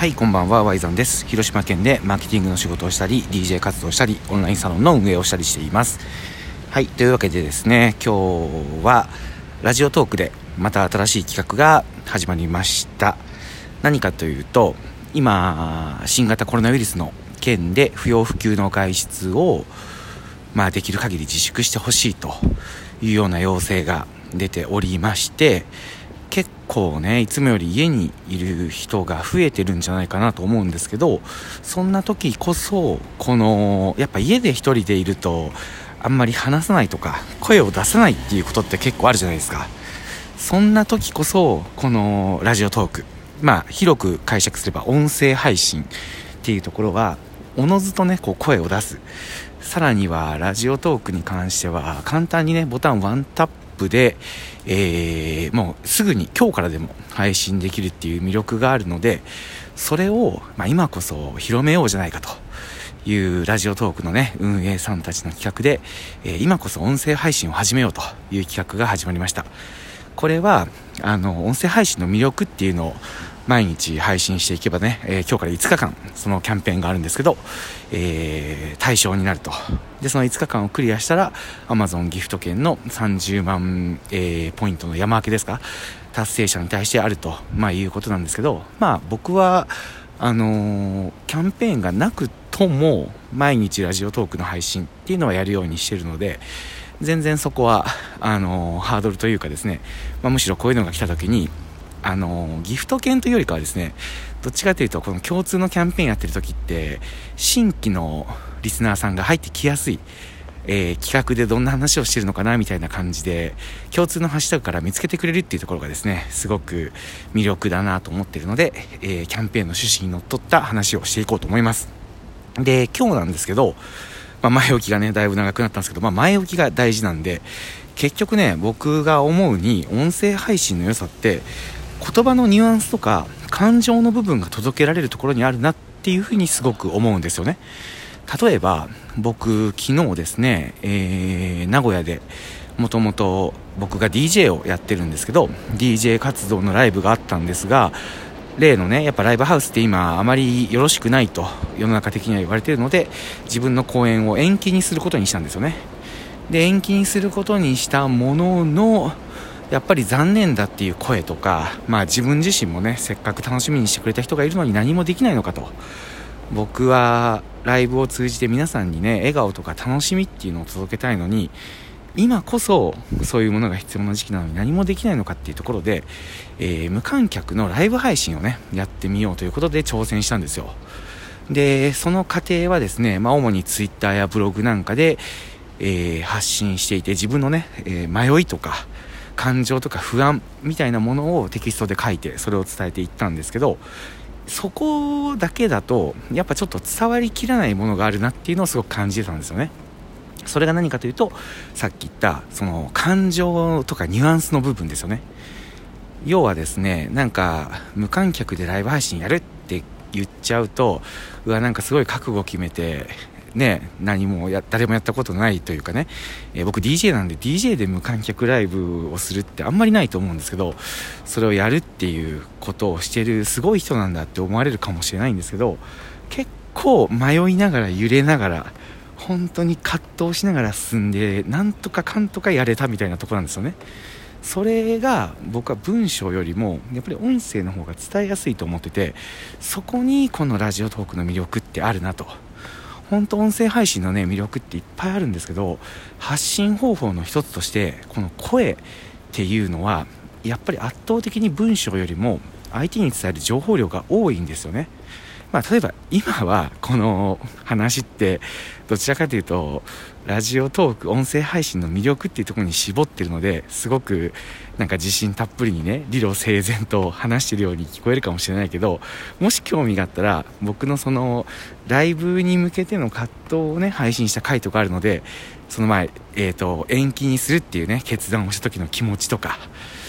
はい、こんばんは、ワイザンです。広島県でマーケティングの仕事をしたり DJ 活動をしたりオンラインサロンの運営をしたりしています。はい、というわけでですね、今日はラジオトークでまた新しい企画が始まりました。何かというと、今新型コロナウイルスの件で不要不急の外出をできる限り自粛してほしいというような要請が出ておりまして、結構ね、いつもより家にいる人が増えてるんじゃないかなと思うんですけど、そんな時こそやっぱ家で一人でいるとあんまり話さないとか声を出さないっていうことって結構あるじゃないですか。そんな時こそこのラジオトーク、広く解釈すれば音声配信っていうところはおのずとね、声を出す。さらにはラジオトークに関しては簡単にね、ボタンワンタップで、もうすぐに今日からでも配信できるっていう魅力があるので、それを、今こそ広めようじゃないかというラジオトークのね、運営さんたちの企画で、今こそ音声配信を始めようという企画が始まりました。これは音声配信の魅力っていうのを毎日配信していけばね、今日から5日間そのキャンペーンがあるんですけど、対象になると。でその5日間をクリアしたら Amazon ギフト券の30万、ポイントの山分けですか、達成者に対してあると、いうことなんですけど、僕はキャンペーンがなくとも毎日ラジオトークの配信っていうのはやるようにしてるので、全然そこはハードルというかですね、むしろこういうのが来た時にギフト券というよりかはですね、どっちかというとこの共通のキャンペーンやってる時って新規のリスナーさんが入ってきやすい、企画でどんな話をしてるのかなみたいな感じで共通のハッシュタグから見つけてくれるっていうところがですね、すごく魅力だなと思っているので、キャンペーンの趣旨にのっとった話をしていこうと思います。で今日なんですけど、前置きがねだいぶ長くなったんですけど、前置きが大事なんで、結局ね、僕が思うに音声配信の良さって言葉のニュアンスとか感情の部分が届けられるところにあるなっていうふうにすごく思うんですよね。例えば僕昨日ですね、名古屋でもともと僕が DJ をやってるんですけど、 DJ 活動のライブがあったんですが、例のね、やっぱライブハウスって今あまりよろしくないと世の中的には言われているので、自分の公演を延期にすることにしたんですよね。で延期にすることにしたものの、やっぱり残念だっていう声とか、自分自身もね、せっかく楽しみにしてくれた人がいるのに何もできないのかと。僕はライブを通じて皆さんにね、笑顔とか楽しみっていうのを届けたいのに、今こそそういうものが必要な時期なのに何もできないのかっていうところで、無観客のライブ配信をねやってみようということで挑戦したんですよ。でその過程はですね、主にツイッターやブログなんかで、発信していて、自分のね、迷いとか感情とか不安みたいなものをテキストで書いてそれを伝えていったんですけど、そこだけだとやっぱちょっと伝わりきらないものがあるなっていうのをすごく感じてたんですよね。それが何かというと、さっき言ったその感情とかニュアンスの部分ですよね。要はですね、無観客でライブ配信やるって言っちゃうと、なんかすごい覚悟決めてね、誰もやったことないというかね、僕 DJ なんで DJ で無観客ライブをするってあんまりないと思うんですけど、それをやるっていうことをしてるすごい人なんだって思われるかもしれないんですけど、結構迷いながら揺れながら本当に葛藤しながら進んで、なんとかかんとかやれたみたいなところなんですよね。それが僕は文章よりもやっぱり音声の方が伝えやすいと思ってて、そこにこのラジオトークの魅力ってあるなと。本当音声配信のね魅力っていっぱいあるんですけど、発信方法の一つとしてこの声っていうのはやっぱり圧倒的に文章よりも相手に伝える情報量が多いんですよね。例えば今はこの話ってどちらかというとラジオトーク音声配信の魅力っていうところに絞ってるので、すごく自信たっぷりにね理路整然と話してるように聞こえるかもしれないけど、もし興味があったら僕のそのライブに向けての葛藤をね配信した回とかあるので、その前、延期にするっていうね決断をした時の気持ちとか、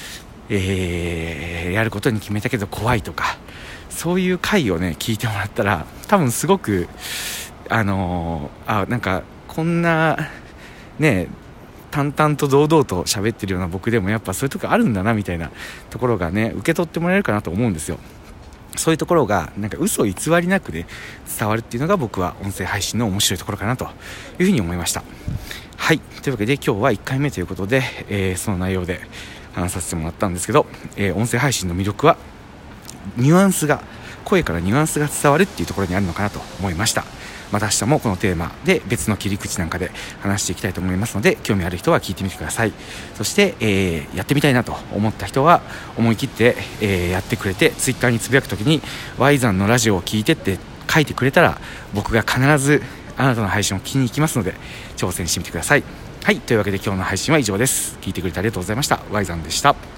やることに決めたけど怖いとか、そういう回をね聞いてもらったら多分すごくこんなね淡々と堂々と喋ってるような僕でもやっぱそういうとこあるんだなみたいなところがね受け取ってもらえるかなと思うんですよ。 そういうところがなんか嘘偽りなくで伝わるっていうのが僕は音声配信の面白いところかなというふうに思いました。はい、というわけで今日は1回目ということで、その内容で話させてもらったんですけど、音声配信の魅力は声からニュアンスが伝わるっていうところにあるのかなと思いました。また明日もこのテーマで別の切り口なんかで話していきたいと思いますので、興味ある人は聞いてみてください。そして、やってみたいなと思った人は思い切って、やってくれて、ツイッターにつぶやくときに Y さんのラジオを聞いてって書いてくれたら、僕が必ずあなたの配信を聞きに行きますので挑戦してみてください。はい、というわけで今日の配信は以上です。聞いてくれてありがとうございました。Y さんでした。